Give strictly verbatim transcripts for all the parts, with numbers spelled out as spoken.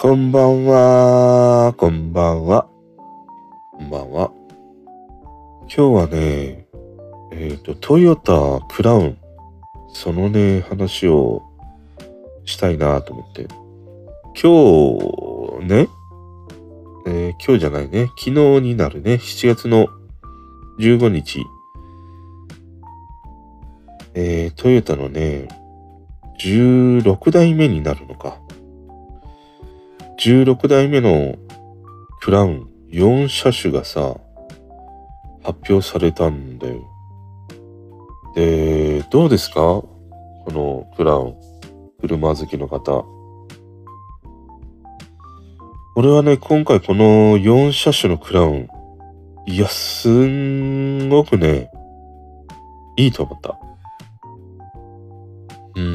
こんばんは、こんばんは、こんばんは。今日はね、えっと、トヨタクラウン、そのね、話をしたいなと思って。今日ね、えー今日じゃないね、昨日になるね、しちがつのじゅうごにち、えートヨタのね、じゅうろくだいめになるのか。じゅうろくだいめのクラウンよんしゃしゅがさ、発表されたんだよ。で、どうですかこのクラウン。車好きの方。俺はね、今回このよんしゃしゅのクラウン、いや、すんごくね、いいと思った。うん。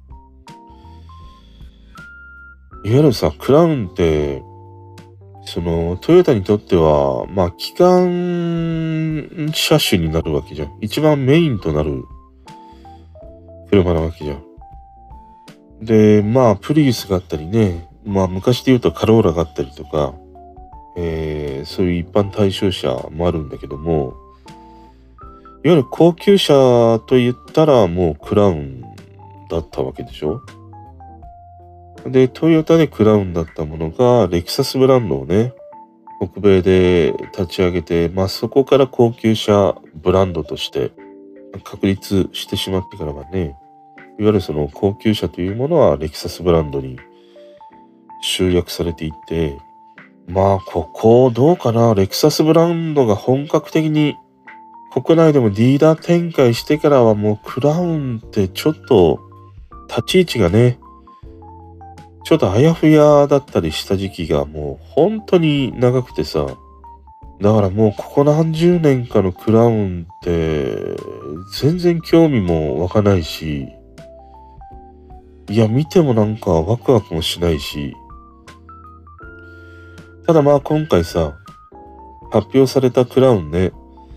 いわゆるさ、クラウンって、その、トヨタにとっては、まあ、基幹車種になるわけじゃん。一番メインとなる車なわけじゃん。で、まあ、プリウスがあったりね、まあ、昔で言うとカローラがあったりとか、えーそういう一般対象車もあるんだけども、いわゆる高級車と言ったらもうクラウンだったわけでしょ。で、トヨタでクラウンだったものが、レクサスブランドをね、北米で立ち上げて、まあそこから高級車ブランドとして確立してしまってからはね、いわゆるその高級車というものはレクサスブランドに集約されていって、まあここどうかな、レクサスブランドが本格的に国内でもディーラー展開してからはもうクラウンってちょっと立ち位置がね、ちょっとあやふやだったりした時期がもう本当に長くてさ、だからもうここ何十年かのクラウンって全然興味も湧かないし、いや見てもなんかワクワクもしないし、ただまあ今回さ、発表されたクラウンね、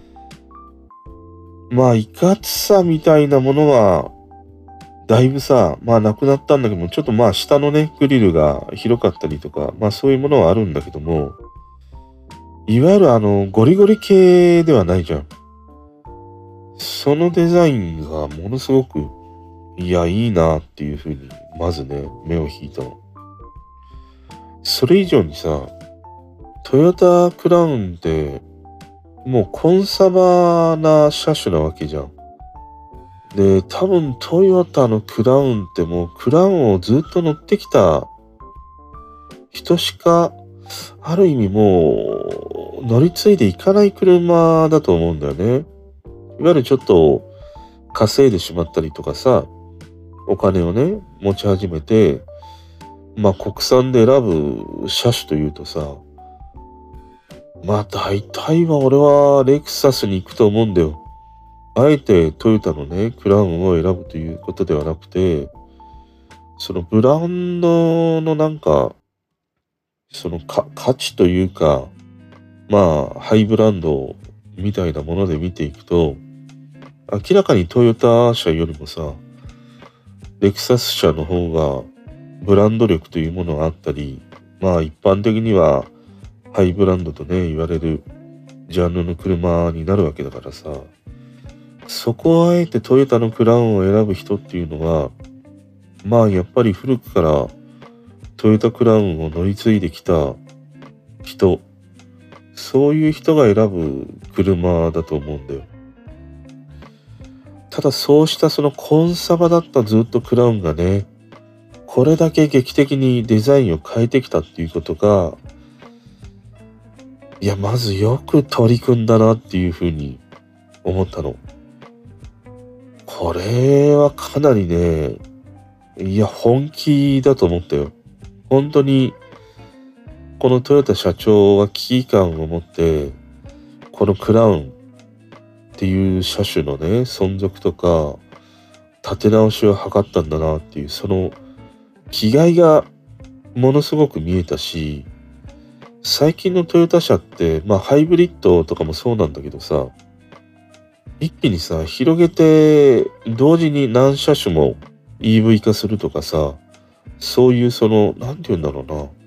まあいかつさみたいなものはだいぶさ、まあなくなったんだけども、ちょっとまあ下のね、グリルが広かったりとか、まあそういうものはあるんだけども、いわゆるあの、ゴリゴリ系ではないじゃん。そのデザインがものすごく、いや、いいなっていうふうに、まずね、目を引いたの。それ以上にさ、トヨタクラウンって、もうコンサバな車種なわけじゃん。で、多分トヨタのクラウンってもうクラウンをずっと乗ってきた人しか、ある意味もう乗り継いでいかない車だと思うんだよね。いわゆるちょっと稼いでしまったりとかさ、お金をね、持ち始めて、まあ国産で選ぶ車種というとさ、まあ大体は俺はレクサスに行くと思うんだよ。あえてトヨタのね、クラウンを選ぶということではなくて、そのブランドのなんか、そのか価値というか、まあ、ハイブランドみたいなもので見ていくと、明らかにトヨタ車よりもさ、レクサス車の方がブランド力というものがあったり、まあ一般的にはハイブランドとね、言われるジャンルの車になるわけだからさ、そこをあえてトヨタのクラウンを選ぶ人っていうのは、まあやっぱり古くからトヨタクラウンを乗り継いできた人、そういう人が選ぶ車だと思うんだよ。ただそうしたそのコンサバだったずっとクラウンがね、これだけ劇的にデザインを変えてきたっていうことが、いや、まずよく取り組んだなっていうふうに思ったの。これはかなりね、いや、本気だと思ったよ。本当に、このトヨタ社長は危機感を持って、このクラウンっていう車種のね、存続とか、立て直しを図ったんだなっていう、その気概がものすごく見えたし、最近のトヨタ車って、まあハイブリッドとかもそうなんだけどさ、一気にさ、広げて、同時に何車種も イーブイ 化するとかさ、そういうその、なんて言うんだろうな。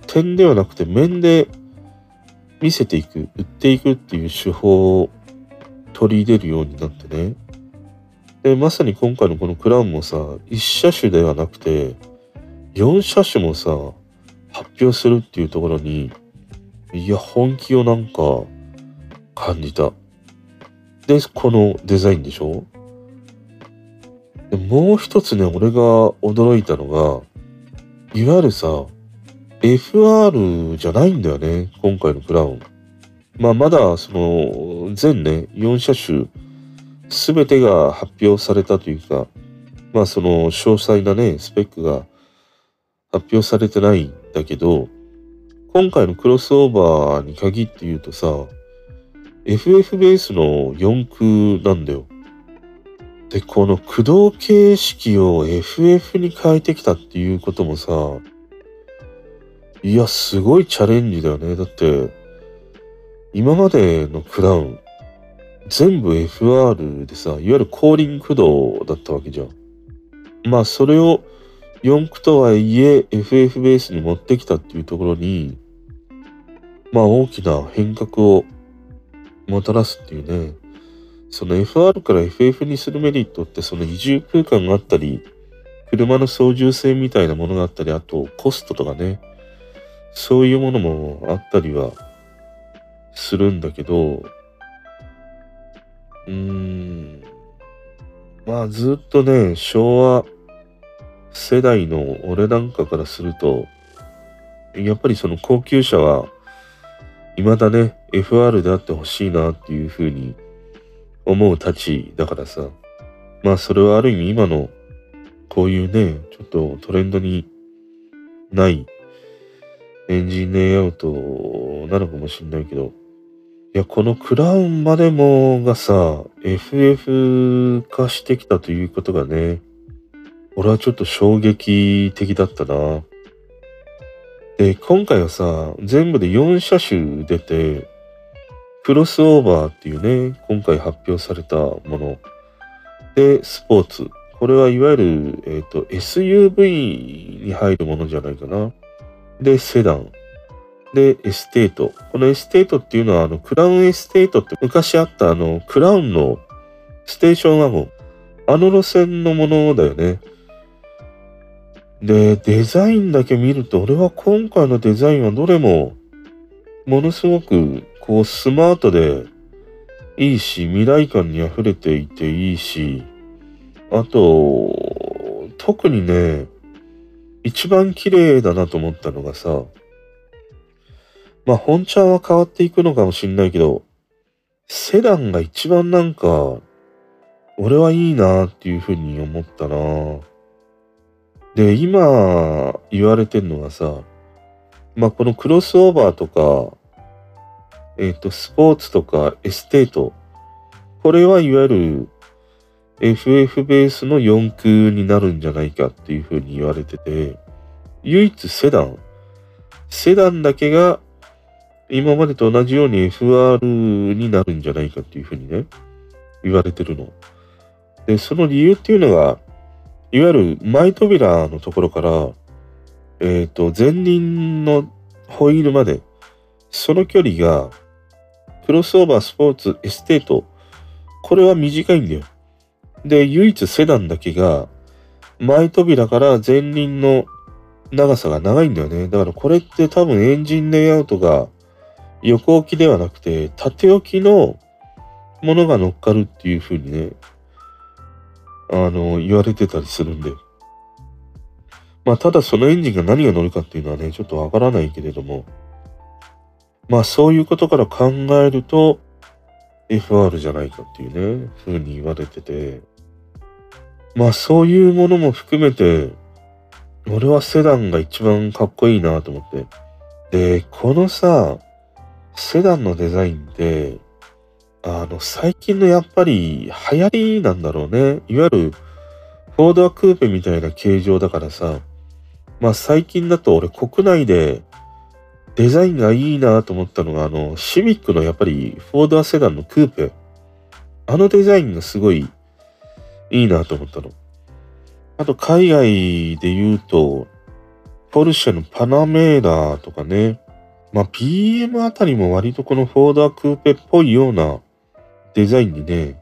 点ではなくて面で見せていく、売っていくっていう手法を取り入れるようになってね。で、まさに今回のこのクラウンもさ、いち車種ではなくて、よん車種もさ、発表するっていうところに、いや、本気をなんか感じた。で、このデザインでしょ。でもう一つね、俺が驚いたのが、いわゆるさ、エフアール じゃないんだよね、今回のクラウン。まあ、まだ、その、全ね、よん車種、すべてが発表されたというか、まあ、その、詳細なね、スペックが発表されてないんだけど、今回のクロスオーバーに限って言うとさ、エフエフ ベースのよん駆なんだよ。で、この駆動形式を エフエフ に変えてきたっていうこともさ、いや、すごいチャレンジだよね。だって、今までのクラウン、全部 エフアール でさ、いわゆる後輪駆動だったわけじゃん。まあ、それをよん駆とはいえ エフエフ ベースに持ってきたっていうところに、まあ、大きな変革をもたらすっていうね。その エフアール から エフエフ にするメリットって、その移住空間があったり、車の操縦性みたいなものがあったり、あとコストとかね、そういうものもあったりはするんだけど、うーん、まあずっとね、昭和世代の俺なんかからすると、やっぱりその高級車は、未だね、エフアール であってほしいなっていうふうに思うたちだからさ。まあそれはある意味今のこういうね、ちょっとトレンドにないエンジンレイアウトなのかもしんないけど、いや、このクラウンまでもがさ、エフエフ 化してきたということがね、俺はちょっと衝撃的だったな。で、今回はさ、全部でよん車種出て、クロスオーバーっていうね、今回発表されたもの。で、スポーツ。これはいわゆる、えっと、エスユーブイ に入るものじゃないかな。で、セダン。で、エステート。このエステートっていうのは、あの、クラウンエステートって昔あったあの、クラウンのステーションワゴン。あの路線のものだよね。で、デザインだけ見ると、俺は今回のデザインはどれも、ものすごく、こう、スマートでいいし、未来感に溢れていていいし、あと、特にね、一番綺麗だなと思ったのがさ、まあ本ちゃんは変わっていくのかもしんないけど、セダンが一番なんか、俺はいいなっていうふうに思ったな。で、今言われてんのがさ、まあこのクロスオーバーとか、えっと、スポーツとかエステート、これはいわゆる エフエフ ベースのよん駆になるんじゃないかっていうふうに言われてて、唯一セダン、セダンだけが今までと同じように エフアール になるんじゃないかっていうふうにね、言われてるの。で、その理由っていうのが、いわゆる前扉のところから、えっと、前輪のホイールまで、その距離が、クロスオーバー、スポーツ、エステート、これは短いんだよ。で、唯一セダンだけが、前扉から前輪の長さが長いんだよね。だからこれって多分エンジンレイアウトが横置きではなくて、縦置きのものが乗っかるっていう風にね、あの、言われてたりするんで。まあ、ただそのエンジンが何が乗るかっていうのはね、ちょっとわからないけれども、まあ、そういうことから考えると、エフアール じゃないかっていうね、風に言われてて、まあ、そういうものも含めて、俺はセダンが一番かっこいいなと思って。で、このさ、セダンのデザインって、あの、最近のやっぱり流行りなんだろうね。いわゆる、フォードアクーペみたいな形状だからさ、まあ最近だと俺国内でデザインがいいなと思ったのが、あの、シビックのやっぱりフォードアセダンのクーペ。あのデザインがすごいいいなと思ったの。あと海外で言うと、 ポルシェのパナメーラとかね、まあ ビーエム あたりも割とこのフォーダークーペっぽいようなデザインにね、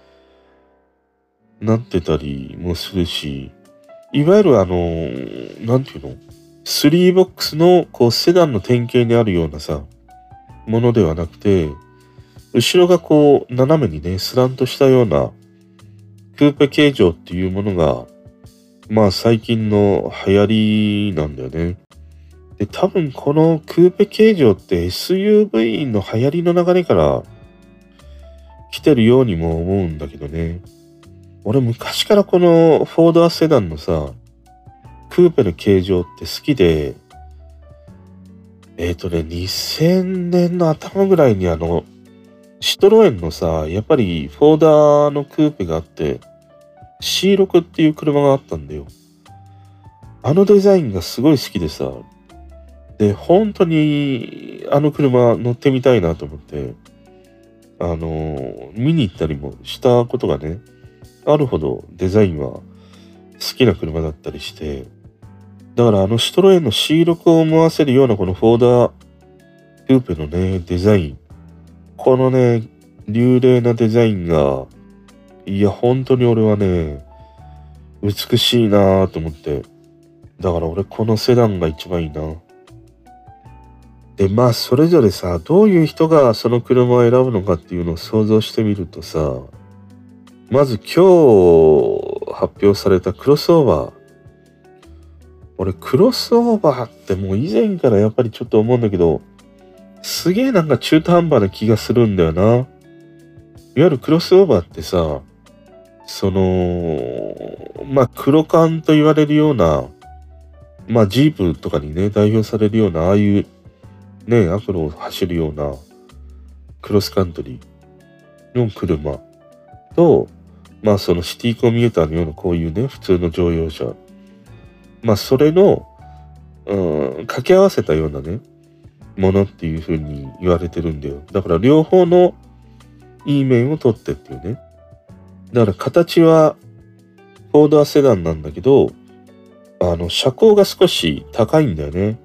なってたりもするし、いわゆるあの、なんていうの ?スリー ボックスのこうセダンの典型にあるようなさ、ものではなくて、後ろがこう斜めにね、スランとしたようなクーペ形状っていうものが、まあ最近の流行りなんだよね。で、多分このクーペ形状って エスユーブイ の流行りの流れから来てるようにも思うんだけどね。俺昔からこのフォードアセダンのさ、クーペの形状って好きで、えっとね、にせんねんの頭ぐらいにあの、シトロエンのさ、やっぱりフォーダーのクーペがあって、シーろく っていう車があったんだよ。あのデザインがすごい好きでさ、で、本当にあの車乗ってみたいなと思って、あの、見に行ったりもしたことがね、あるほどデザインは好きな車だったりして、だからあのシトロエンの シーろく を思わせるようなこのフォーダークーペのね、デザイン。このね、流麗なデザインが、いや、本当に俺はね、美しいなぁと思って。だから俺このセダンが一番いいな。で、まあそれぞれさ、どういう人がその車を選ぶのかっていうのを想像してみるとさ、まず今日発表されたクロスオーバー。俺クロスオーバーってもう以前からやっぱりちょっと思うんだけど、すげえなんか中途半端な気がするんだよな。いわゆるクロスオーバーってさ、その、まあ黒缶と言われるような、まあジープとかにね、代表されるような、ああいうね、アクロを走るようなクロスカントリーの車と、まあそのシティコミューターのようなこういうね、普通の乗用車。まあそれの、うん、掛け合わせたようなね、ものっていう風に言われてるんだよ。だから両方のいい面を取ってっていうね。だから形はフォーダーセダンなんだけど、あの車高が少し高いんだよね。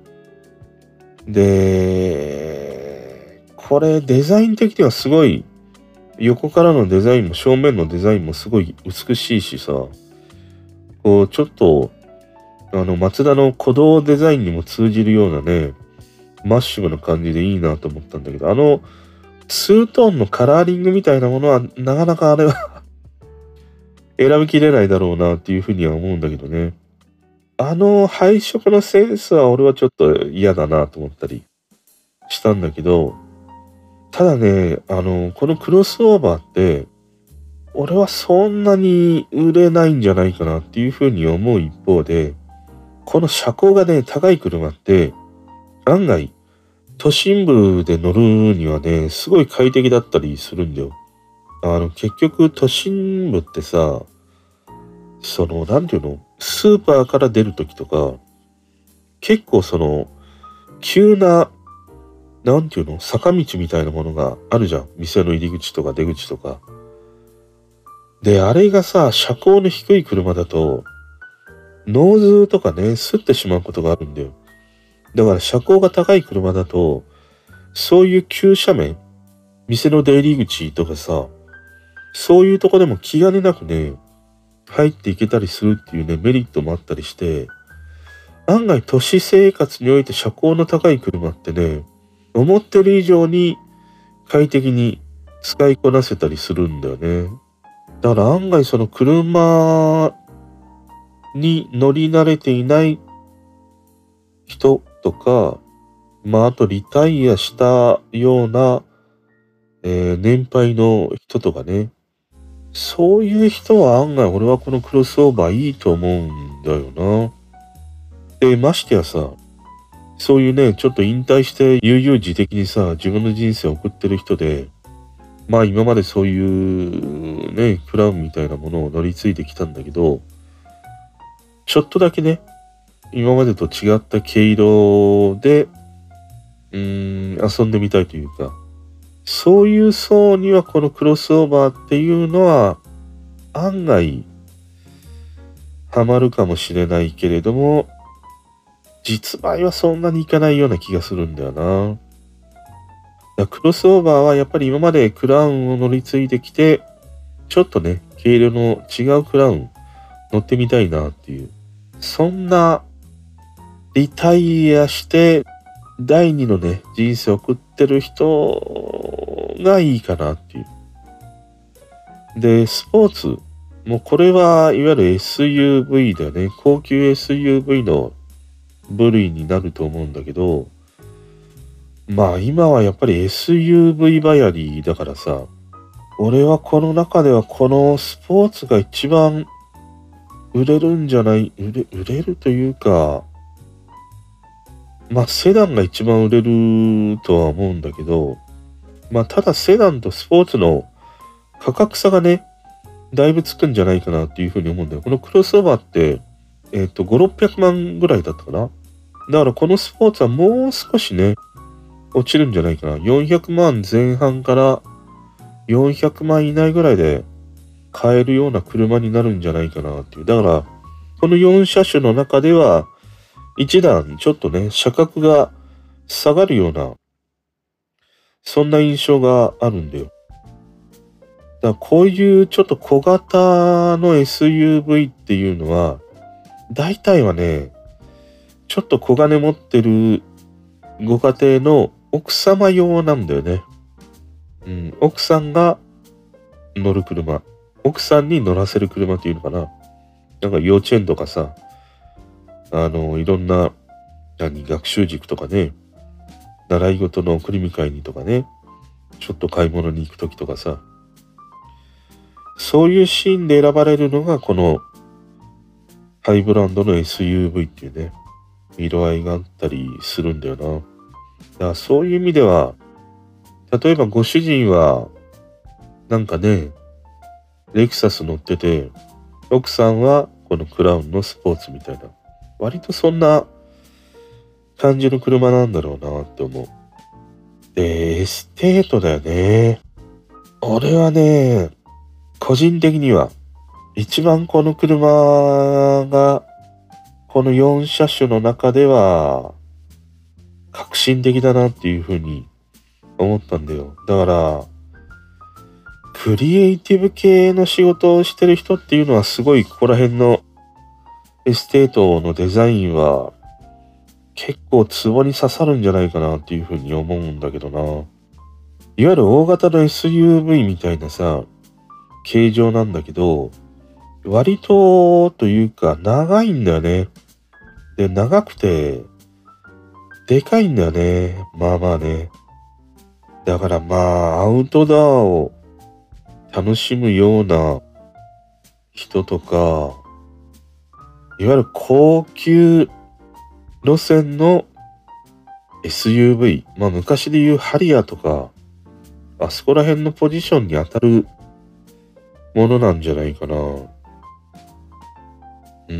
で、これデザイン的にはすごい、横からのデザインも正面のデザインもすごい美しいしさ、こうちょっと、あのマツダの鼓動デザインにも通じるようなね、マッシブな感じでいいなと思ったんだけど、あのツートーンのカラーリングみたいなものはなかなかあれは選びきれないだろうなっていうふうには思うんだけどね。あの配色のセンスは俺はちょっと嫌だなと思ったりしたんだけど、ただね、あの、このクロスオーバーって、俺はそんなに売れないんじゃないかなっていうふうに思う一方で、この車高がね、高い車って、案外、都心部で乗るにはね、すごい快適だったりするんだよ。あの、結局都心部ってさ、その、なんていうの、スーパーから出るときとか、結構その、急な、なんていうの、坂道みたいなものがあるじゃん。店の入り口とか出口とか。で、あれがさ、車高の低い車だと、ノーズとかね、擦ってしまうことがあるんだよ。だから車高が高い車だと、そういう急斜面、店の出入り口とかさ、そういうとこでも気兼ねなくね、入っていけたりするっていうね、メリットもあったりして、案外都市生活において車高の高い車ってね、思ってる以上に快適に使いこなせたりするんだよね。だから案外その車に乗り慣れていない人とか、まああとリタイアしたような、えー年配の人とかね、そういう人は案外俺はこのクロスオーバーいいと思うんだよな。で、ましてやさ、そういうね、ちょっと引退して悠々自適にさ、自分の人生を送ってる人で、まあ今までそういうね、クラウンみたいなものを乗り継いできたんだけど、ちょっとだけね、今までと違った毛色で、うーん、遊んでみたいというか、そういう層にはこのクロスオーバーっていうのは案外ハマるかもしれないけれども、 実売はそんなにいかないような気がするんだよな。だクロスオーバーはやっぱり今までクラウンを乗り継いできて、ちょっとね、軽量の違うクラウン乗ってみたいなっていう。そんなリタイアして第二のね、人生を送ってる人がいいかなっていう。で、スポーツ。もうこれはいわゆる エスユーブイ だよね。高級 エスユーブイ の部類になると思うんだけど、まあ今はやっぱり エスユーブイ ばやりだからさ、俺はこの中ではこのスポーツが一番売れるんじゃない、売れ、売れるというか、まあセダンが一番売れるとは思うんだけど、まあただセダンとスポーツの価格差がね、だいぶつくんじゃないかなっていうふうに思うんだよ。このクロスオーバーって、えっと、ご、ろっぴゃくまんぐらいだったかな。だからこのスポーツはもう少しね、落ちるんじゃないかな。よんひゃくまんぜん半からよんひゃくまん以内ぐらいで買えるような車になるんじゃないかなっていう。だから、このよん車種の中では、一段ちょっとね、車格が下がるような、そんな印象があるんだよ。だからこういうちょっと小型の エスユーブイ っていうのは、大体はね、ちょっと小金持ってるご家庭の奥様用なんだよね。うん、奥さんが乗る車。奥さんに乗らせる車っていうのかな。なんか幼稚園とかさ、あの、いろんな、何、学習塾とかね、習い事の送り迎えにとかね、ちょっと買い物に行くときとかさ、そういうシーンで選ばれるのがこのハイブランドの エスユーブイ っていうね、色合いがあったりするんだよな。だからそういう意味では、例えばご主人は、なんかね、レクサス乗ってて、奥さんはこのクラウンのスポーツみたいな。割とそんな感じの車なんだろうなって思う。で、エステートだよね。俺はね、個人的には、一番この車が、このよん車種の中では、革新的だなっていうふうに思ったんだよ。だから、クリエイティブ系の仕事をしてる人っていうのはすごいここら辺のエステートのデザインは結構ツボに刺さるんじゃないかなっていうふうに思うんだけどな。いわゆる大型の エスユーブイ みたいなさ、形状なんだけど、割とというか長いんだよね。で、長くて、でかいんだよね。まあまあね。だからまあ、アウトドアを楽しむような人とか、いわゆる高級路線の エスユーブイ、まあ昔で言うハリアーとか、あそこら辺のポジションに当たるものなんじゃないかな。うん。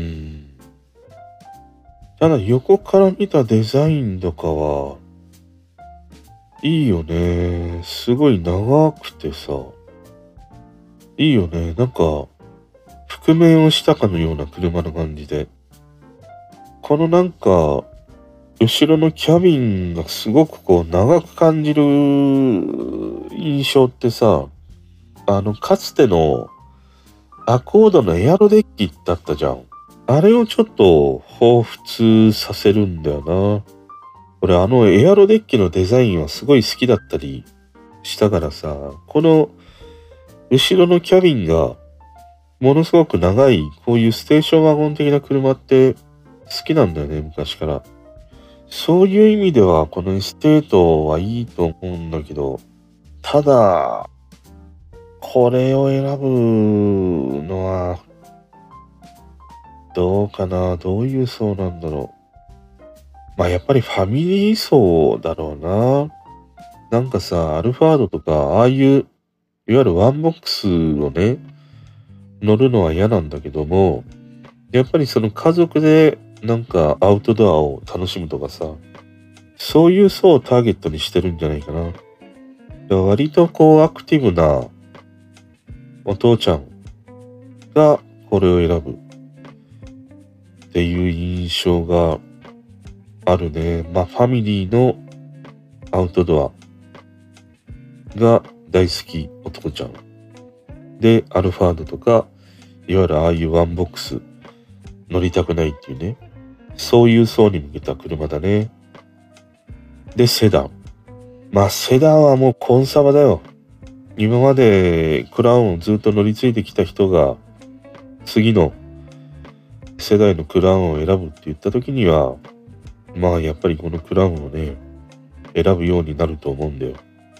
ただ横から見たデザインとかは、いいよね。すごい長くてさ、いいよね。なんか、覆面をしたかのような車の感じで。このなんか、後ろのキャビンがすごくこう長く感じる印象ってさ、あの、かつてのアコードのエアロデッキだったじゃん。あれをちょっと彷彿させるんだよな。俺あのエアロデッキのデザインはすごい好きだったりしたからさ、この後ろのキャビンがものすごく長い、こういうステーションワゴン的な車って好きなんだよね、昔から。そういう意味ではこのエステートはいいと思うんだけど、ただ、これを選ぶのはどうかな、どういう層なんだろう。まあやっぱりファミリー層だろうな。なんかさ、アルファードとか、ああいう、いわゆるワンボックスをね、乗るのは嫌なんだけども、やっぱりその家族でなんかアウトドアを楽しむとかさ、そういう層をターゲットにしてるんじゃないかな。だから割とこうアクティブなお父ちゃんがこれを選ぶっていう印象があるね。まあ、ファミリーのアウトドアが大好き男ちゃん。で、アルファードとか、いわゆるああいうワンボックス乗りたくないっていうね。そういう層に向けた車だね。で、セダン。まあ、セダンはもうコンサバだよ。今までクラウンをずっと乗り継いできた人が、次の世代のクラウンを選ぶって言った時には、まあ、やっぱりこのクラウンをね、選ぶようになると思うんだよ。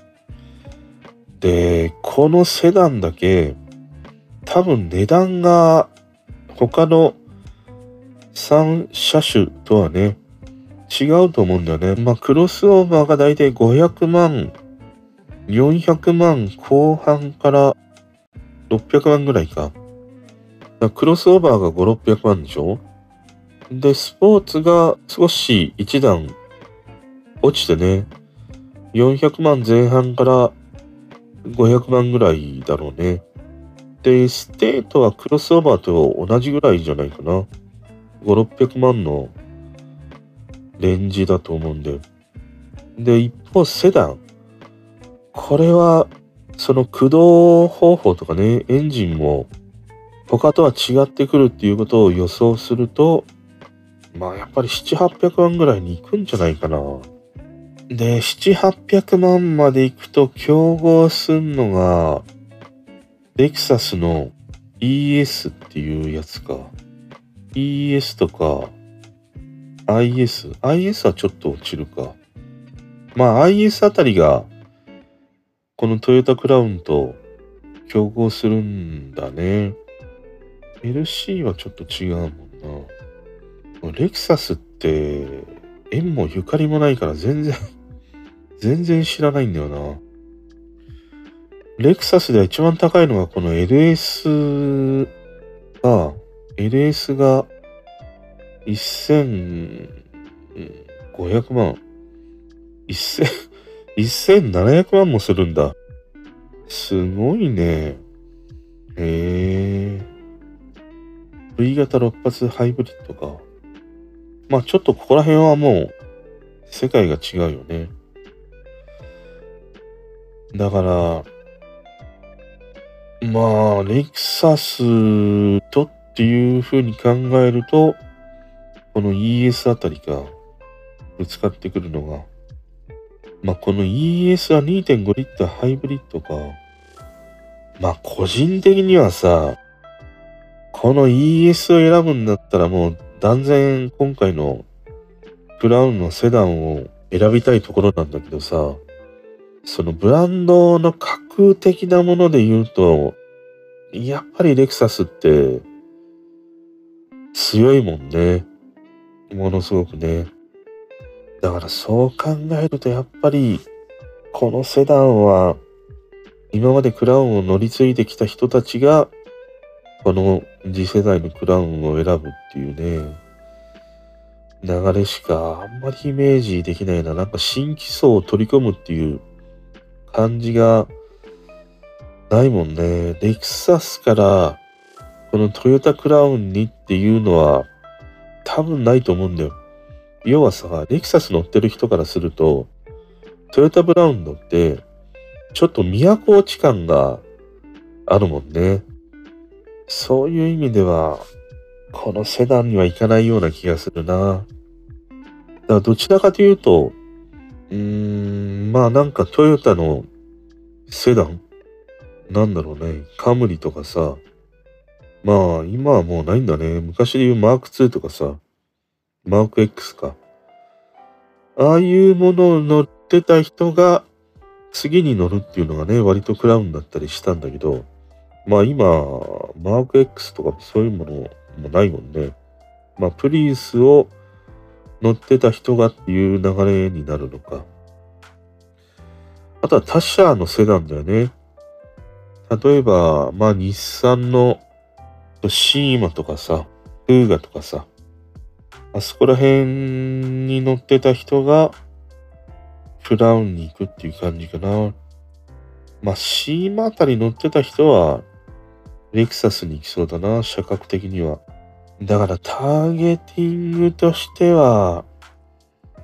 で、このセダンだけ、多分値段が他のさん車種とはね、違うと思うんだよね。まあ、クロスオーバーがだいたいごひゃくまん、よんひゃくまん後半からろっぴゃくまんぐらいか。だからクロスオーバーがご、ろっぴゃくまんでしょ。で、スポーツが少し一段落ちてね、よんひゃくまんぜん半からごひゃくまんぐらいだろうね。で、ステートはクロスオーバーと同じぐらいじゃないかな。ご、ろっぴゃくまんのレンジだと思うんだよ。で、一方、セダン。これは、その駆動方法とかね、エンジンも他とは違ってくるっていうことを予想すると、まあやっぱりなな、はっぴゃくまんぐらいに行くんじゃないかな。で、なな、はっぴゃくまんまで行くと競合すんのが、レクサスの イーエス っていうやつか。イーエス とか、アイエス。アイエス はちょっと落ちるか。まあ アイエス あたりが、このトヨタクラウンと競合するんだね。エルシー はちょっと違うもんな。レクサスって、縁もゆかりもないから全然全然知らないんだよな。レクサスでは一番高いのがこの エルエス が、エルエス がせんごひゃくまん、せんななひゃくまんもするんだ。すごいね。へえ。V 型ろっ発ハイブリッドか。まあちょっとここら辺はもう世界が違うよね。だから、まあ、レクサスとっていう風に考えると、この イーエス あたりがぶつかってくるのが、まあこの イーエス は にてんご リッターハイブリッドか。まあ個人的にはさ、この イーエス を選ぶんだったらもう断然今回のクラウンのセダンを選びたいところなんだけどさ、そのブランドの格的なもので言うと、やっぱりレクサスって強いもんね。ものすごくね。だからそう考えるとやっぱりこのセダンは今までクラウンを乗り継いできた人たちがこの次世代のクラウンを選ぶっていうね、流れしかあんまりイメージできないな。なんか新規層を取り込むっていう感じがないもんね。レクサスからこのトヨタクラウンにっていうのは多分ないと思うんだよ。要はさ、レクサス乗ってる人からすると、トヨタブラウン乗って、ちょっと都落ち感があるもんね。そういう意味では、このセダンにはいかないような気がするな。だからどちらかというと、うーん、まあなんかトヨタのセダンなんだろうね。カムリとかさ。まあ今はもうないんだね。昔で言うマークツーとかさ。マーク X か。ああいうものを乗ってた人が次に乗るっていうのがね、割とクラウンだったりしたんだけど、まあ今、マーク X とかそういうものもないもんね。まあプリウスを乗ってた人がっていう流れになるのか。あとは他社のセダンだよね。例えば、まあ日産のシーマとかさ、クーガとかさ、あそこら辺に乗ってた人がクラウンに行くっていう感じかな。まあシーマあたり乗ってた人はレクサスに行きそうだな、車格的には。だからターゲティングとしては、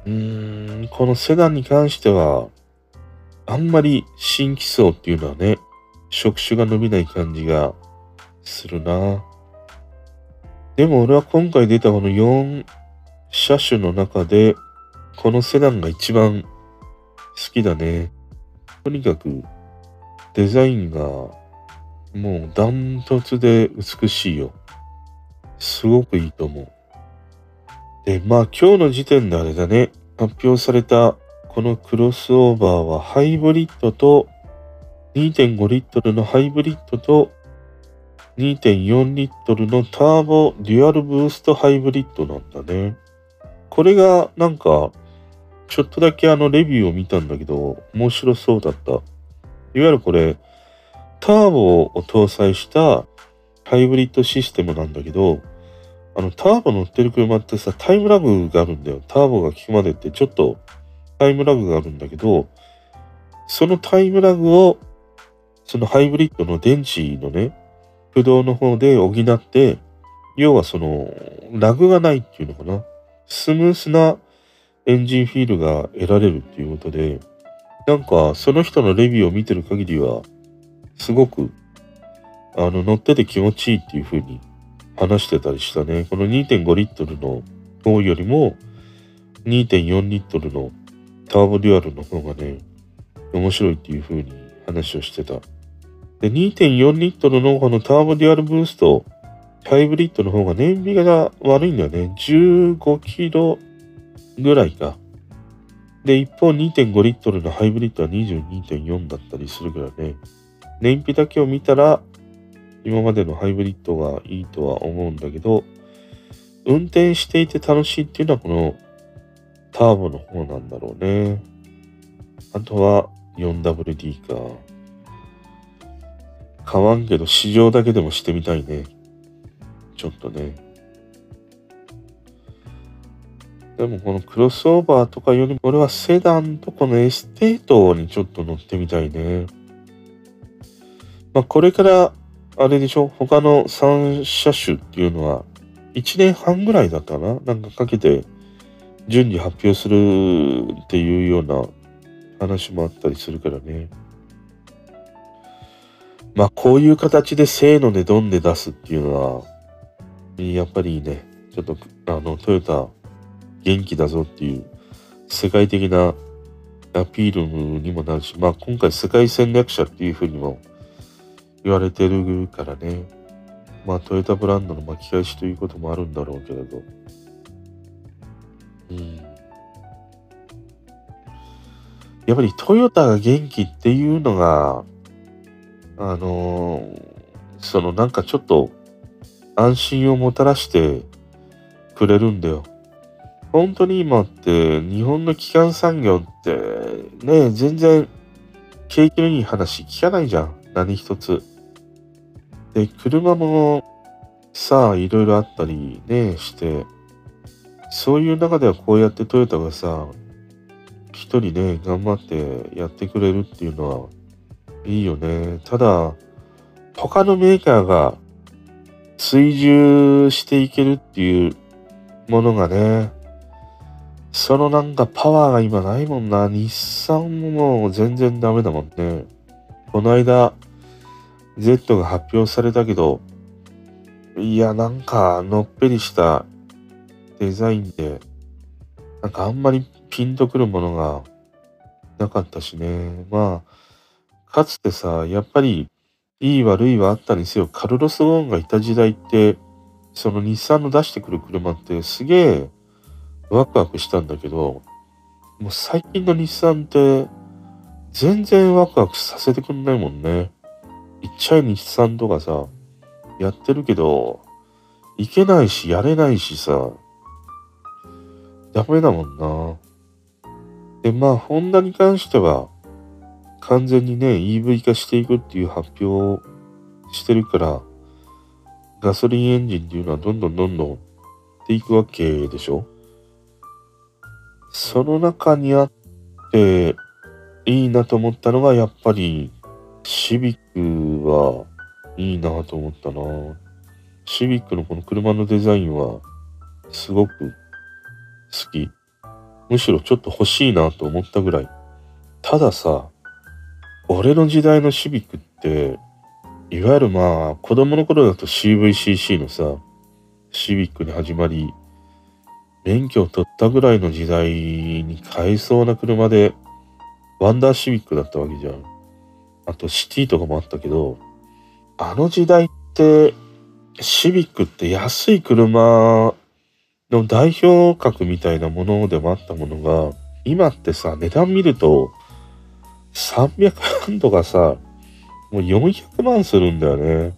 うーん、このセダンに関しては、あんまり新規層っていうのはね、触手が伸びない感じがするな。でも俺は今回出たこのよん車種の中で、このセダンが一番好きだね。とにかくデザインがもうダントツで美しいよ。すごくいいと思う。で、まあ今日の時点であれだね、発表されたこのクロスオーバーはハイブリッドと にてんご リットルのハイブリッドと にてんよん リットルのターボデュアルブーストハイブリッドなんだね。これがなんかちょっとだけあのレビューを見たんだけど面白そうだった。いわゆるこれターボを搭載したハイブリッドシステムなんだけど、あの、ターボ乗ってる車ってさ、タイムラグがあるんだよ。ターボが効くまでってちょっとタイムラグがあるんだけど、そのタイムラグを、そのハイブリッドの電池のね、駆動の方で補って、要はその、ラグがないっていうのかな。スムースなエンジンフィールが得られるっていうことで、なんか、その人のレビューを見てる限りは、すごく、あの、乗ってて気持ちいいっていう風に話してたりしたね。この にてんご リットルの方よりも にてんよん リットルのターボデュアルの方がね、面白いっていう風に話をしてた。で、にてんよん リットルのこのターボデュアルブースト、ハイブリッドの方が燃費が悪いんだよね。じゅうごキロぐらいか。で、一方 にてんご リットルのハイブリッドは にじゅうにてんよん だったりするからね。燃費だけを見たら、今までのハイブリッドがいいとは思うんだけど、運転していて楽しいっていうのはこのターボの方なんだろうね。あとは よんダブリューディー か。買わんけど試乗だけでもしてみたいね。ちょっとね。でもこのクロスオーバーとかよりも俺はセダンとこのエステートにちょっと乗ってみたいね。まあこれからあれでしょ、他のさん車種っていうのはいちねんはんぐらいだったかな、なんかかけて順次発表するっていうような話もあったりするからね。まあこういう形でせーのでドンで出すっていうのはやっぱりいいね。ちょっとあのトヨタ元気だぞっていう世界的なアピールにもなるし、まあ今回世界戦略者っていうふうにも言われてるからね。まあトヨタブランドの巻き返しということもあるんだろうけれど。うん。やっぱりトヨタが元気っていうのが、あのー、そのなんかちょっと安心をもたらしてくれるんだよ。本当に今って日本の基幹産業ってね、全然景気のいい話聞かないじゃん。何一つ。で、車もさあいろいろあったりね、して、そういう中ではこうやってトヨタがさ、一人ね、頑張ってやってくれるっていうのはいいよね。ただ、他のメーカーが追従していけるっていうものがね、そのなんかパワーが今ないもんな。日産ももう全然ダメだもんね。この間、Z が発表されたけど、いや、なんかのっぺりしたデザインで、なんかあんまりピンとくるものがなかったしね。まあ、かつてさ、やっぱり、いい悪いはあったにせよ、カルロス・ゴーンがいた時代って、その日産の出してくる車ってすげえワクワクしたんだけど、もう最近の日産って全然ワクワクさせてくんないもんね。いっちゃい日産とかさ、やってるけど、いけないし、やれないしさ、ダメだもんな。で、まあ、ホンダに関しては、完全にね、イーブイ 化していくっていう発表をしてるから、ガソリンエンジンっていうのはどんどんどんどんっていくわけでしょ。その中にあっていいなと思ったのがやっぱりシビックはいいなと思ったな。シビックのこの車のデザインはすごく好き。 むしろちょっと欲しいなと思ったぐらい。たださ、俺の時代のシビックって、いわゆるまあ、子供の頃だと シーブイシーシー のさ、シビックに始まり、免許を取ったぐらいの時代に買えそうな車で、ワンダーシビックだったわけじゃん。あとシティとかもあったけど、あの時代って、シビックって安い車の代表格みたいなものでもあったものが、今ってさ、値段見ると、さんびゃくまんとかさ、もうよんひゃくまんするんだよね。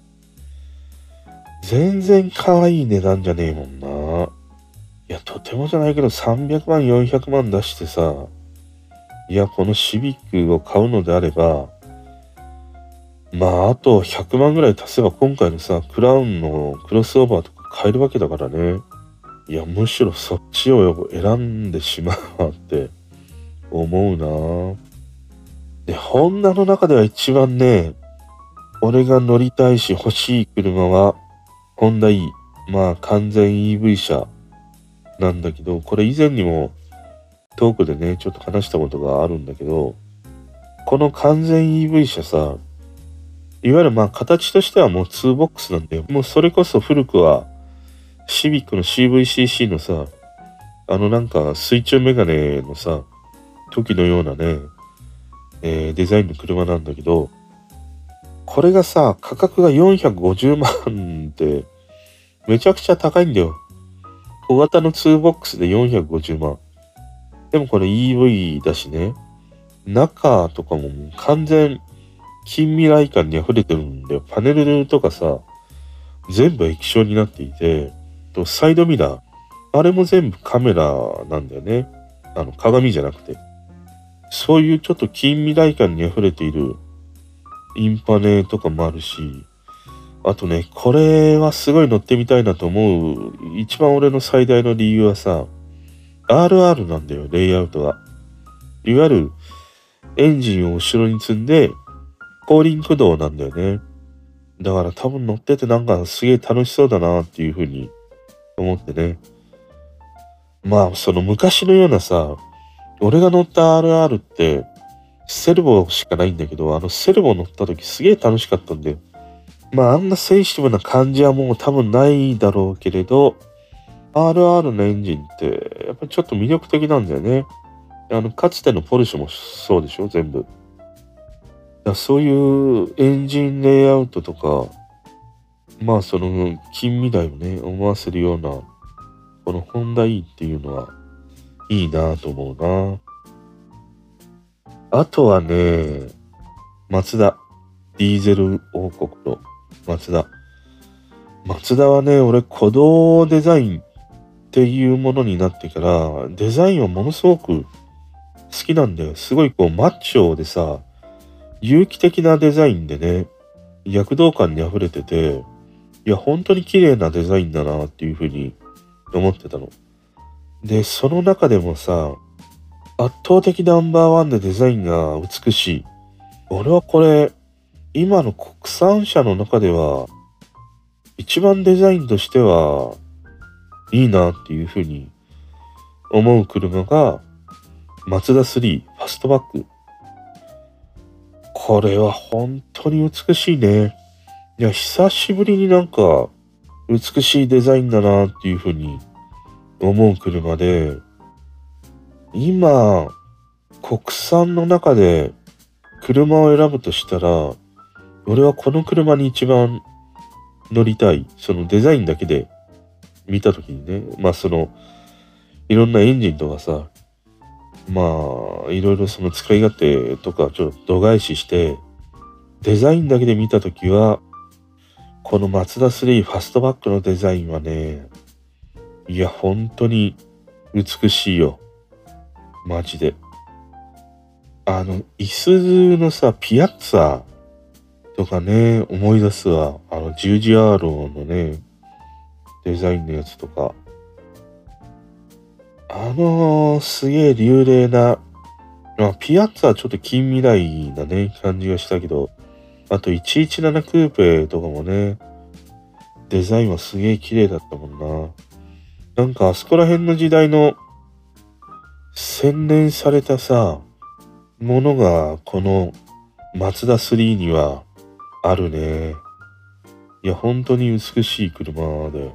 全然可愛い値段じゃねえもんな。いや、とてもじゃないけどさんびゃくまん、よんひゃくまん出してさ、いや、このシビックを買うのであれば、まあ、あとひゃくまんぐらい足せば今回のさ、クラウンのクロスオーバーとか買えるわけだからね。いや、むしろそっちを選んでしまうわって思うな。で、ホンダの中では一番ね、俺が乗りたいし欲しい車は、ホンダ E。まあ、完全 イーブイ 車なんだけど、これ以前にもトークでね、ちょっと話したことがあるんだけど、この完全 イーブイ 車さ、いわゆるまあ形としてはもうツーボックスなんだよ。もうそれこそ古くはシビックの シーブイシーシー のさ、あのなんか水中メガネのさ、時のようなね、えー、デザインの車なんだけど、これがさ、価格がよんひゃくごじゅうまんってめちゃくちゃ高いんだよ。小型のツーボックスでよんひゃくごじゅうまん。でもこれ イーブイ だしね、中とかももう完全近未来感に溢れてるんだよ。パネルとかさ、全部液晶になっていて、とサイドミラー、あれも全部カメラなんだよね。あの鏡じゃなくて。そういうちょっと近未来感に溢れているインパネとかもあるし、あとね、これはすごい乗ってみたいなと思う。一番俺の最大の理由はさ、アールアール なんだよ、レイアウトが。いわゆるエンジンを後ろに積んで、後輪駆動なんだよね。だから多分乗っててなんかすげえ楽しそうだなっていう風に思ってね。まあその昔のようなさ、俺が乗った アールアール ってセルボしかないんだけど、あのセルボ乗った時すげえ楽しかったんだよ。まああんなセンシティブな感じはもう多分ないだろうけれど、アールアール のエンジンってやっぱりちょっと魅力的なんだよね。あのかつてのポルシェもそうでしょ、全部。だそういうエンジンレイアウトとか、まあその近未来をね、思わせるような、このホンダ E っていうのはいいなと思うな。あとはね、マツダ。ディーゼル王国のマツダ。マツダはね、俺鼓動デザインっていうものになってから、デザインはものすごく好きなんだよ。すごいこうマッチョでさ、有機的なデザインでね、躍動感に溢れてて、いや、本当に綺麗なデザインだなっていうふうに思ってたの。で、その中でもさ、圧倒的ナンバーワンでデザインが美しい。俺はこれ、今の国産車の中では、一番デザインとしては、いいなっていうふうに思う車が、マツダスリーファストバック。これは本当に美しいね。いや、久しぶりになんか、美しいデザインだなっていうふうに思う車で、今、国産の中で車を選ぶとしたら、俺はこの車に一番乗りたい。そのデザインだけで見たときにね、まあその、いろんなエンジンとかさ、まあ、いろいろその使い勝手とかちょっと度外視して、デザインだけで見たときは、このマツダスリーファストバックのデザインはね、いや、本当に美しいよ。マジで。あの、イスズのさ、ピアッツァとかね、思い出すわ。あの、じゅうじアーローのね、デザインのやつとか。あのー、すげえ流麗な、まあ、ピアッツァはちょっと近未来なね、感じがしたけど、あといちいちななクーペとかもね、デザインはすげえ綺麗だったもんな。なんかあそこら辺の時代の洗練されたさ、ものがこのマツダスリーにはあるね。いや、本当に美しい車だよ。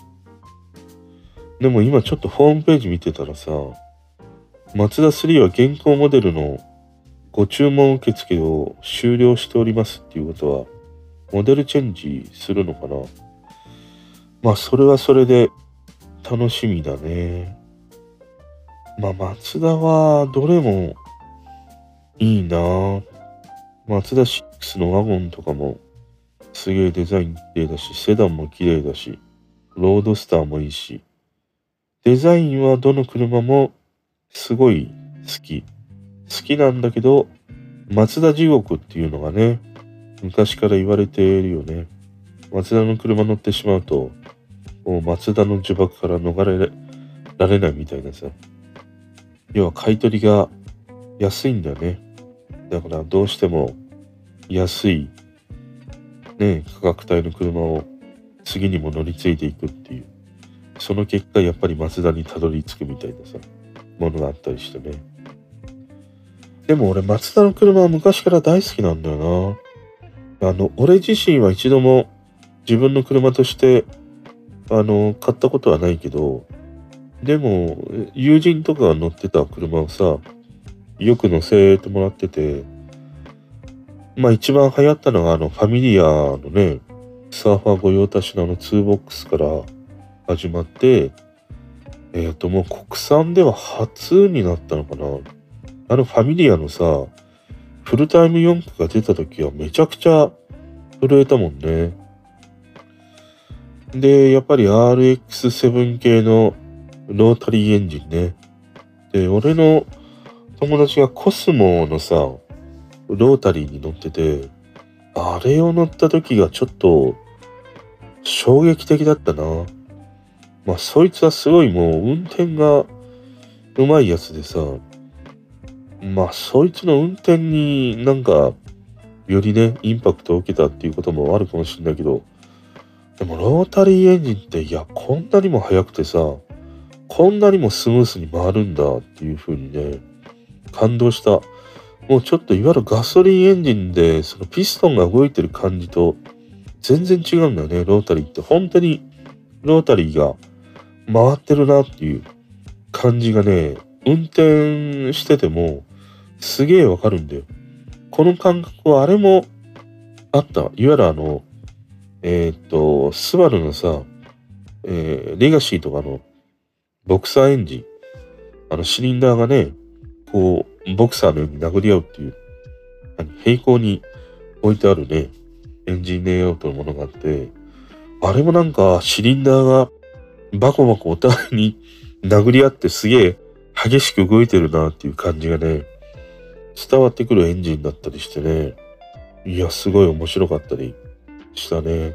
でも今ちょっとホームページ見てたらさ、マツダスリーは現行モデルのご注文受付を終了しておりますっていうことは、モデルチェンジするのかな。まあ、それはそれで楽しみだね。まあ、マツダはどれもいいな。マツダシックスのワゴンとかもすげえデザイン綺麗だし、セダンも綺麗だし、ロードスターもいいし、デザインはどの車もすごい好き。好きなんだけど、マツダ地獄っていうのがね、昔から言われているよね。マツダの車乗ってしまうと、もうマツダの呪縛から逃れられないみたいなさ。要は買い取りが安いんだよね。だからどうしても安いね、価格帯の車を次にも乗り継いでいくっていう。その結果やっぱりマツダにたどり着くみたいなさ、ものがあったりしてね。でも俺マツダの車は昔から大好きなんだよな。あの、俺自身は一度も自分の車として、あの、買ったことはないけど、でも、友人とかが乗ってた車をさ、よく乗せてもらってて、まあ一番流行ったのがあの、ファミリアのね、サーファー御用達のあのツーボックスから始まって、えっと、もう国産では初になったのかな。あのファミリアのさ、フルタイムよん駆が出た時はめちゃくちゃ震えたもんね。で、やっぱり アールエックスセブン 系のロータリーエンジンね。で、俺の友達がコスモのさ、ロータリーに乗ってて、あれを乗った時がちょっと衝撃的だったな。まあ、そいつはすごいもう運転がうまいやつでさ、まあ、そいつの運転になんか、よりね、インパクトを受けたっていうこともあるかもしれないけど、でもロータリーエンジンって、いや、こんなにも速くてさ、こんなにもスムースに回るんだっていう風にね、感動した。もうちょっといわゆるガソリンエンジンで、そのピストンが動いてる感じと全然違うんだよね、ロータリーって。本当にロータリーが回ってるなっていう感じがね、運転しててもすげえわかるんだよ。この感覚はあれもあった。いわゆるあの、えーっと、スバルのさ、えーレガシーとかのボクサーエンジン、あのシリンダーがね、こう、ボクサーのように殴り合うっていう、平行に置いてあるね、エンジンレイアウトのものがあって、あれもなんかシリンダーがバコバコお互いに殴り合ってすげえ激しく動いてるなっていう感じがね、伝わってくるエンジンだったりしてね、いや、すごい面白かったりしたね。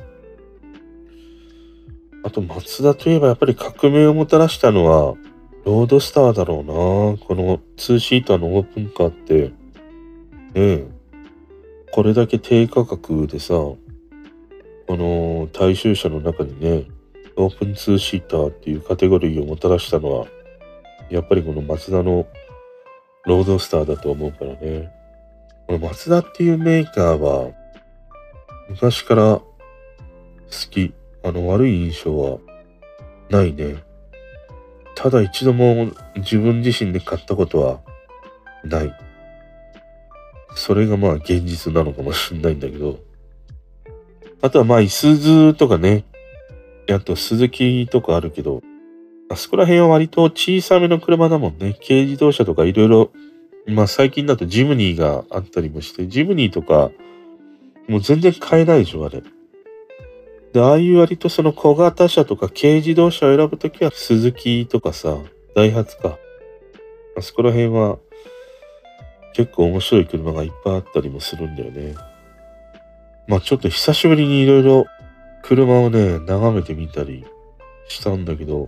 あと、マツダといえばやっぱり革命をもたらしたのは、ロードスターだろうな。このツーシーターのオープンカーって、ねえ、これだけ低価格でさ、この大衆車の中にね、オープンツーシーターっていうカテゴリーをもたらしたのは、やっぱりこのマツダのロードスターだと思うからね。このマツダっていうメーカーは、昔から好き。あの、悪い印象はないね。ただ一度も自分自身で買ったことはない。それがまあ現実なのかもしれないんだけど。あとはまあ、イスズとかね。あと、スズキとかあるけど、あそこら辺は割と小さめの車だもんね。軽自動車とかいろいろ、まあ最近だとジムニーがあったりもして、ジムニーとか、もう全然買えないでしょ、あれ。で、ああいう割とその小型車とか軽自動車を選ぶときは、スズキとかさ、ダイハツか。あそこら辺は、結構面白い車がいっぱいあったりもするんだよね。まあちょっと久しぶりにいろいろ車をね、眺めてみたりしたんだけど、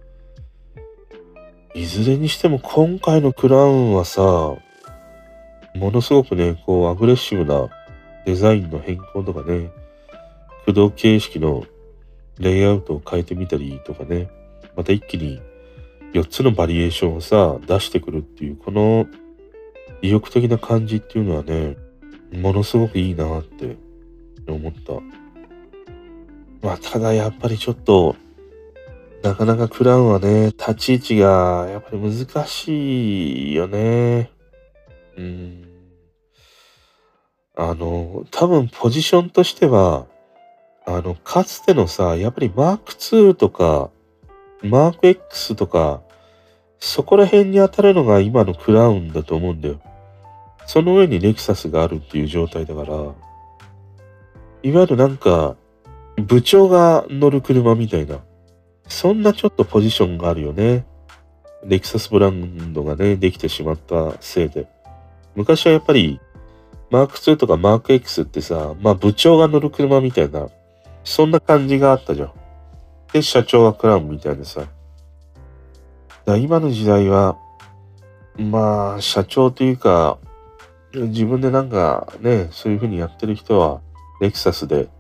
いずれにしても今回のクラウンはさ、ものすごくね、こうアグレッシブなデザインの変更とかね、駆動形式のレイアウトを変えてみたりとかね、また一気によっつのバリエーションをさ、出してくるっていう、この意欲的な感じっていうのはね、ものすごくいいなって思った。まあ、ただやっぱりちょっと、なかなかクラウンはね、立ち位置がやっぱり難しいよね。うん。あの、多分ポジションとしては、あの、かつてのさ、やっぱりマークツーとか、マーク X とか、そこら辺に当たるのが今のクラウンだと思うんだよ。その上にレクサスがあるっていう状態だから、いわゆるなんか、部長が乗る車みたいな、そんなちょっとポジションがあるよね。レクサスブランドがね、できてしまったせいで。昔はやっぱり、マークツーとかマーク X ってさ、まあ部長が乗る車みたいな、そんな感じがあったじゃん。で、社長がクラウンみたいなさ。だ今の時代は、まあ、社長というか、自分でなんかね、そういう風にやってる人は、レクサスで、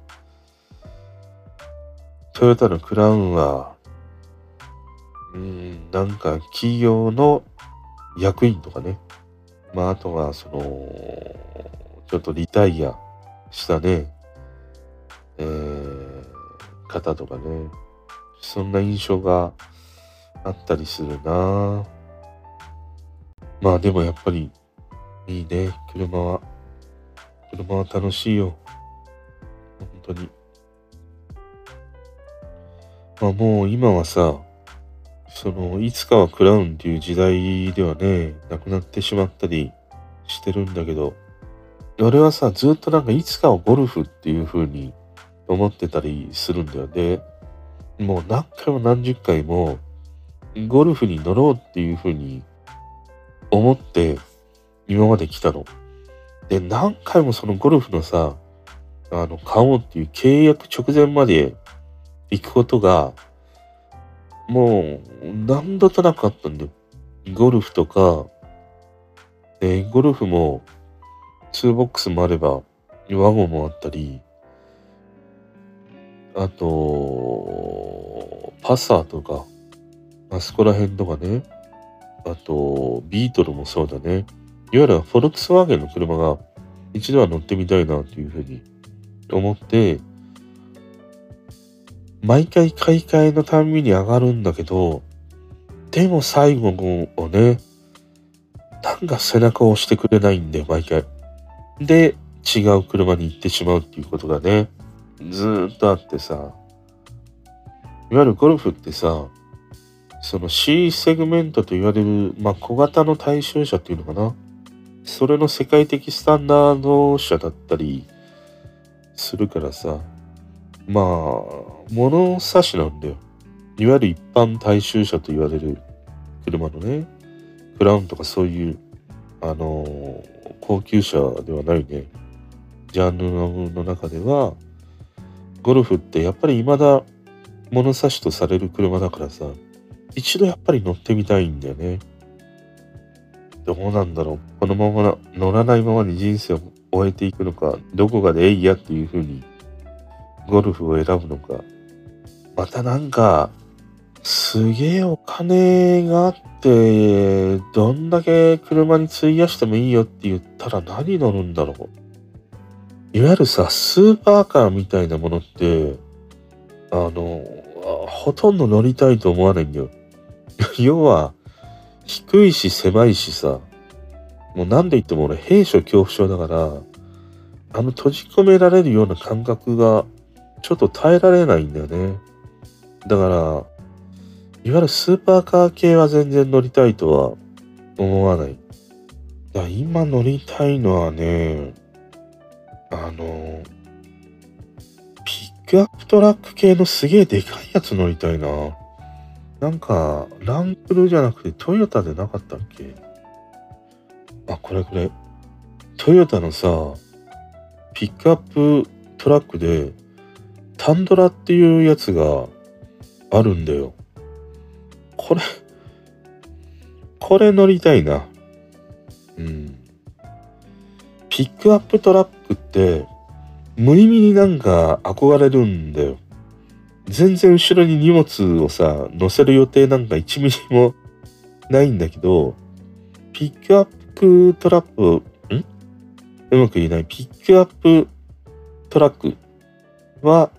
トヨタのクラウンは、うーん、なんか企業の役員とかね、まああとはその、ちょっとリタイアしたね、えー、方とかね、そんな印象があったりするな。まあでもやっぱりいいね、車は。車は楽しいよ。本当に。まあもう今はさ、その、いつかはクラウンっていう時代ではね、なくなってしまったりしてるんだけど、俺はさ、ずっとなんかいつかはゴルフっていう風に思ってたりするんだよね。もう何回も何十回もゴルフに乗ろうっていう風に思って今まで来たの。で、何回もそのゴルフのさ、あの、買おうっていう契約直前まで行くことが、もう何度となくあったんだよ。ゴルフとか、で、ゴルフもツーボックスもあれば、ワゴンもあったり、あと、パサーとか、あそこら辺とかね、あと、ビートルもそうだね。いわゆるフォルクスワーゲンの車が一度は乗ってみたいなというふうに思って、毎回買い替えのたんびに上がるんだけど、でも最後をね、なんか背中を押してくれないんだよ、毎回。で、違う車に行ってしまうっていうことがね、ずーっとあってさ、いわゆるゴルフってさ、その C セグメントと言われる、まあ小型の大衆車っていうのかな。それの世界的スタンダード車だったりするからさ、まあ、物差しなんだよ。いわゆる一般大衆車と言われる車のね、クラウンとかそういう、あのー高級車ではないね。ジャンルのの中では、ゴルフってやっぱり未だ物差しとされる車だからさ、一度やっぱり乗ってみたいんだよね。どうなんだろう。このまま乗らないままに人生を終えていくのか、どこかでえいやっていう風にゴルフを選ぶのか。またなんか、すげえお金があって、どんだけ車に費やしてもいいよって言ったら何乗るんだろう。いわゆるさ、スーパーカーみたいなものって、あの、あほとんど乗りたいと思わないんだよ。要は、低いし狭いしさ、もうなんで言っても俺、閉所恐怖症だから、あの閉じ込められるような感覚が、ちょっと耐えられないんだよね。だから、いわゆるスーパーカー系は全然乗りたいとは思わない。だ今乗りたいのはね、あの、ピックアップトラック系のすげえでかいやつ乗りたいな。なんか、ランクルじゃなくてトヨタでなかったっけ？あ、これこれ。トヨタのさ、ピックアップトラックで、タンドラっていうやつがあるんだよ。これ、これ乗りたいな。うん。ピックアップトラックって、無意味になんか憧れるんだよ。 全然後ろに荷物をさ、乗せる予定なんかいちミリもないんだけど、ピックアップトラップ、んうまく言えない。ピックアップトラックは、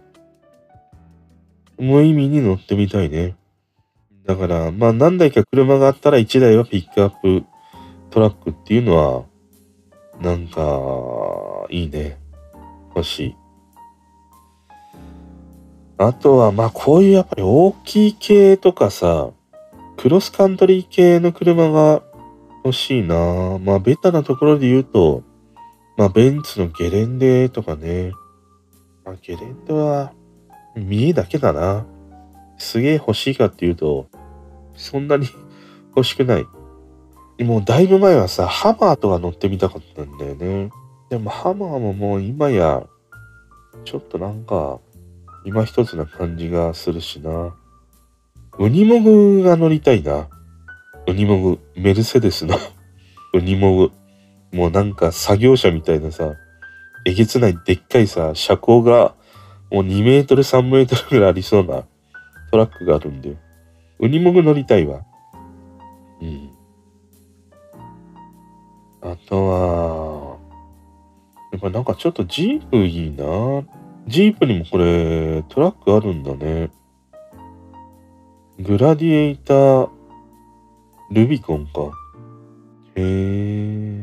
無意味に乗ってみたいね。だから、まあ何台か車があったらいちだいはピックアップトラックっていうのは、なんか、いいね。欲しい。あとは、まあこういうやっぱり大きい系とかさ、クロスカントリー系の車が欲しいな。まあベタなところで言うと、まあベンツのゲレンデとかね。まあゲレンデは、見えだけだな。すげえ欲しいかっていうと、そんなに欲しくない。もうだいぶ前はさ、ハマーとか乗ってみたかったんだよね。でもハマーももう今や、ちょっとなんか、今一つな感じがするしな。ウニモグが乗りたいな。ウニモグ。メルセデスのウニモグ。もうなんか作業車みたいなさ、えげつないでっかいさ、車高がもうにメートルさんメートルぐらいありそうなトラックがあるんで。ウニモグ乗りたいわ。うん。あとは、やっぱなんかちょっとジープいいな。ジープにもこれトラックあるんだね。グラディエイタールビコンか。へえ。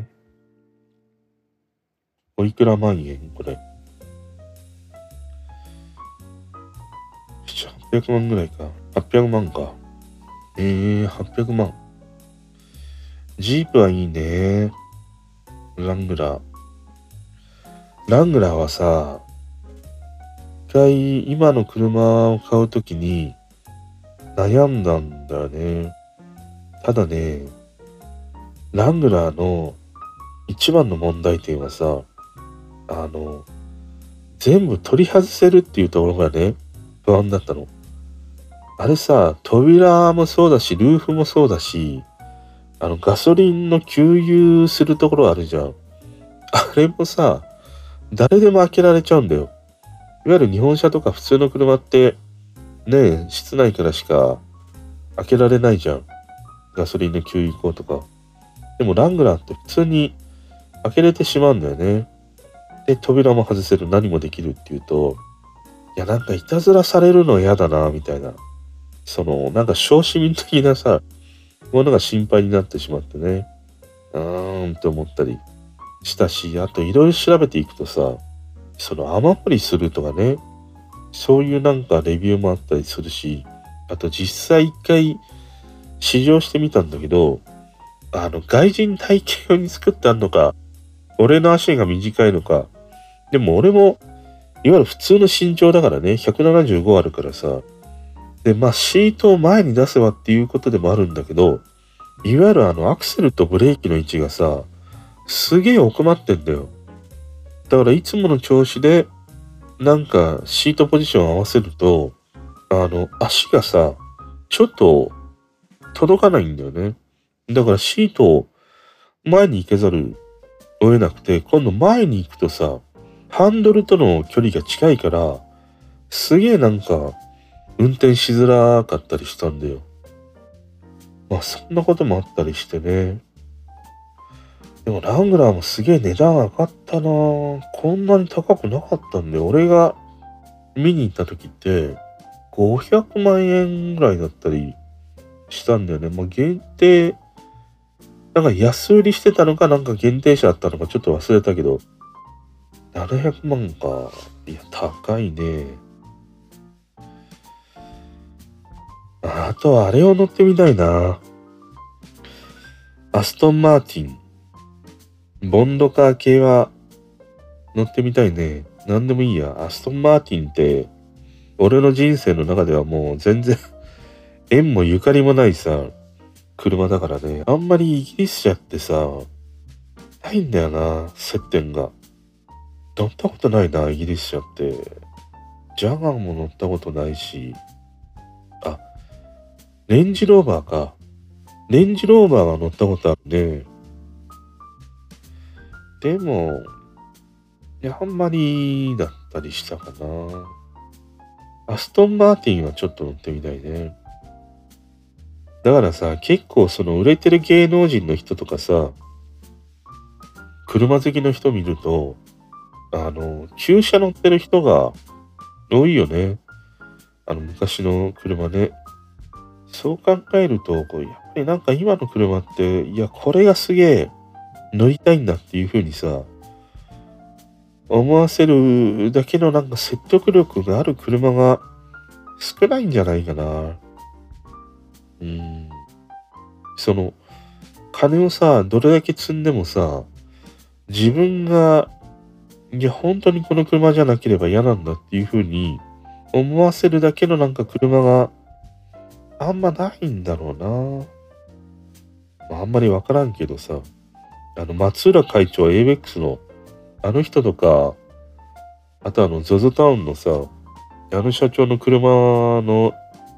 おいくら万円これ。ななひゃく、はっぴゃくまんぐらいか。はっぴゃくまんか。ええー、はっぴゃくまん。ジープはいいね。ラングラー。ラングラーはさ、一回今の車を買うときに悩んだんだよね。ただね、ラングラーの一番の問題点はさ、あの、全部取り外せるっていうところがね、不安だったの。あれさ、扉もそうだし、ルーフもそうだし、あの、ガソリンの給油するところあるじゃん。あれもさ、誰でも開けられちゃうんだよ。いわゆる日本車とか普通の車って、ねえ、室内からしか開けられないじゃん。ガソリンの給油口とか。でもラングラーって普通に開けれてしまうんだよね。で、扉も外せる、何もできるっていうと、いや、なんかいたずらされるの嫌だな、みたいな。その、なんか小市民的なさ、ものが心配になってしまってね。うーんって思ったりしたし、あといろいろ調べていくとさ、その雨漏りするとかね、そういうなんかレビューもあったりするし、あと実際一回試乗してみたんだけど、あの、外人体型用に作ってあんのか、俺の足が短いのか、でも俺も、いわゆる普通の身長だからね、ひゃくななじゅうごあるからさ、で、まあシートを前に出せばっていうことでもあるんだけど、いわゆるあのアクセルとブレーキの位置がさ、すげえ奥まってんだよ。だからいつもの調子で、なんかシートポジションを合わせると、あの、足がさ、ちょっと届かないんだよね。だからシートを前に行けざるを得なくて、今度前に行くとさ、ハンドルとの距離が近いから、すげえなんか、運転しづらかったりしたんだよ。まあそんなこともあったりしてね。でもラングラーもすげえ値段上がったなぁ。こんなに高くなかったんで、俺が見に行った時って、ごひゃくまんえんぐらいだったりしたんだよね。まあ限定、なんか安売りしてたのかなんか限定車あったのかちょっと忘れたけど、ななひゃくまんか。いや、高いね。あとはあれを乗ってみたいな。アストンマーティン。ボンドカー系は乗ってみたいね。なんでもいいや。アストンマーティンって、俺の人生の中ではもう全然縁もゆかりもないさ、車だからね。あんまりイギリス車ってさ、ないんだよな、接点が。乗ったことないな、イギリス車って。ジャガーも乗ったことないし。あ、レンジローバーか。レンジローバーは乗ったことあるね。でも、いや、あんまりだったりしたかな。 アストンマーティンはちょっと乗ってみたいね。だからさ、結構その売れてる芸能人の人とかさ、車好きの人見ると、あの、旧車乗ってる人が多いよね。あの、昔の車ね。そう考えると、こうやっぱりなんか今の車って、いや、これがすげえ乗りたいんだっていう風にさ、思わせるだけのなんか説得力がある車が少ないんじゃないかな。うん。その、金をさ、どれだけ積んでもさ、自分が、いや、本当にこの車じゃなければ嫌なんだっていう風に思わせるだけのなんか車があんまないんだろうな。まあ、あんまりわからんけどさ、あの、松浦会長 エーベックス のあの人とか、あとあの、ゾゾ タウンのさ、あの社長の車の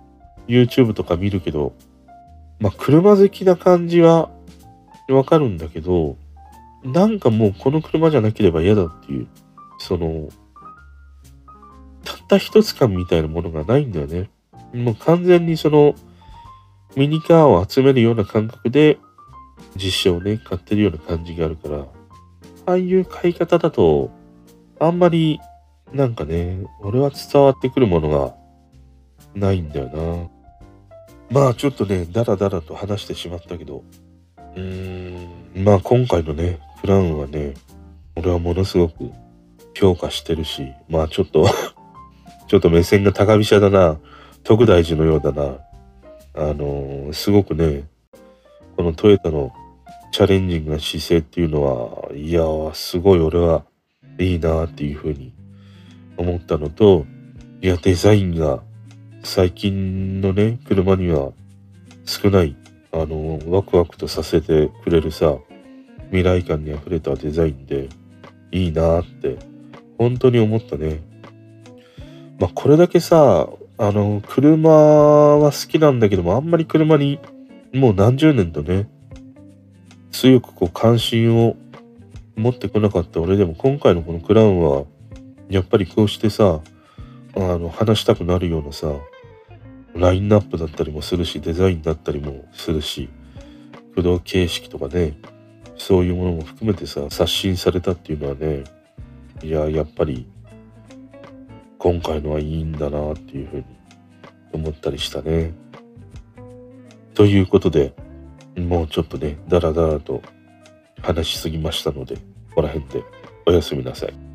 YouTube とか見るけど、まあ、車好きな感じはわかるんだけど、なんかもうこの車じゃなければ嫌だっていう、その、たった一つ感みたいなものがないんだよね。もう完全にその、ミニカーを集めるような感覚で、実車をね、買ってるような感じがあるから、ああいう買い方だと、あんまり、なんかね、俺は伝わってくるものがないんだよな。まあちょっとね、だらだらと話してしまったけど、うーん、まあ今回のね、クラウンはね、俺はものすごく評価してるし、まあちょっとちょっと目線が高飛車だな、特大寺のようだな。あのーすごくね、このトヨタのチャレンジングな姿勢っていうのは、いやー、すごい俺はいいなっていうふうに思ったのと、いや、デザインが最近のね、車には少ない、あのーワクワクとさせてくれるさ、未来感に溢れたデザインでいいなって、本当に思ったね。まあ、これだけさ、あの、車は好きなんだけども、あんまり車にもう何十年とね、強くこう関心を持ってこなかった俺でも、今回のこのクラウンは、やっぱりこうしてさ、あの、話したくなるようなさ、ラインナップだったりもするし、デザインだったりもするし、駆動形式とかね、そういうものも含めてさ、刷新されたっていうのはね、いや、やっぱり、今回のはいいんだなっていうふうに思ったりしたね。ということで、もうちょっとね、だらだらと話しすぎましたので、ここら辺でおやすみなさい。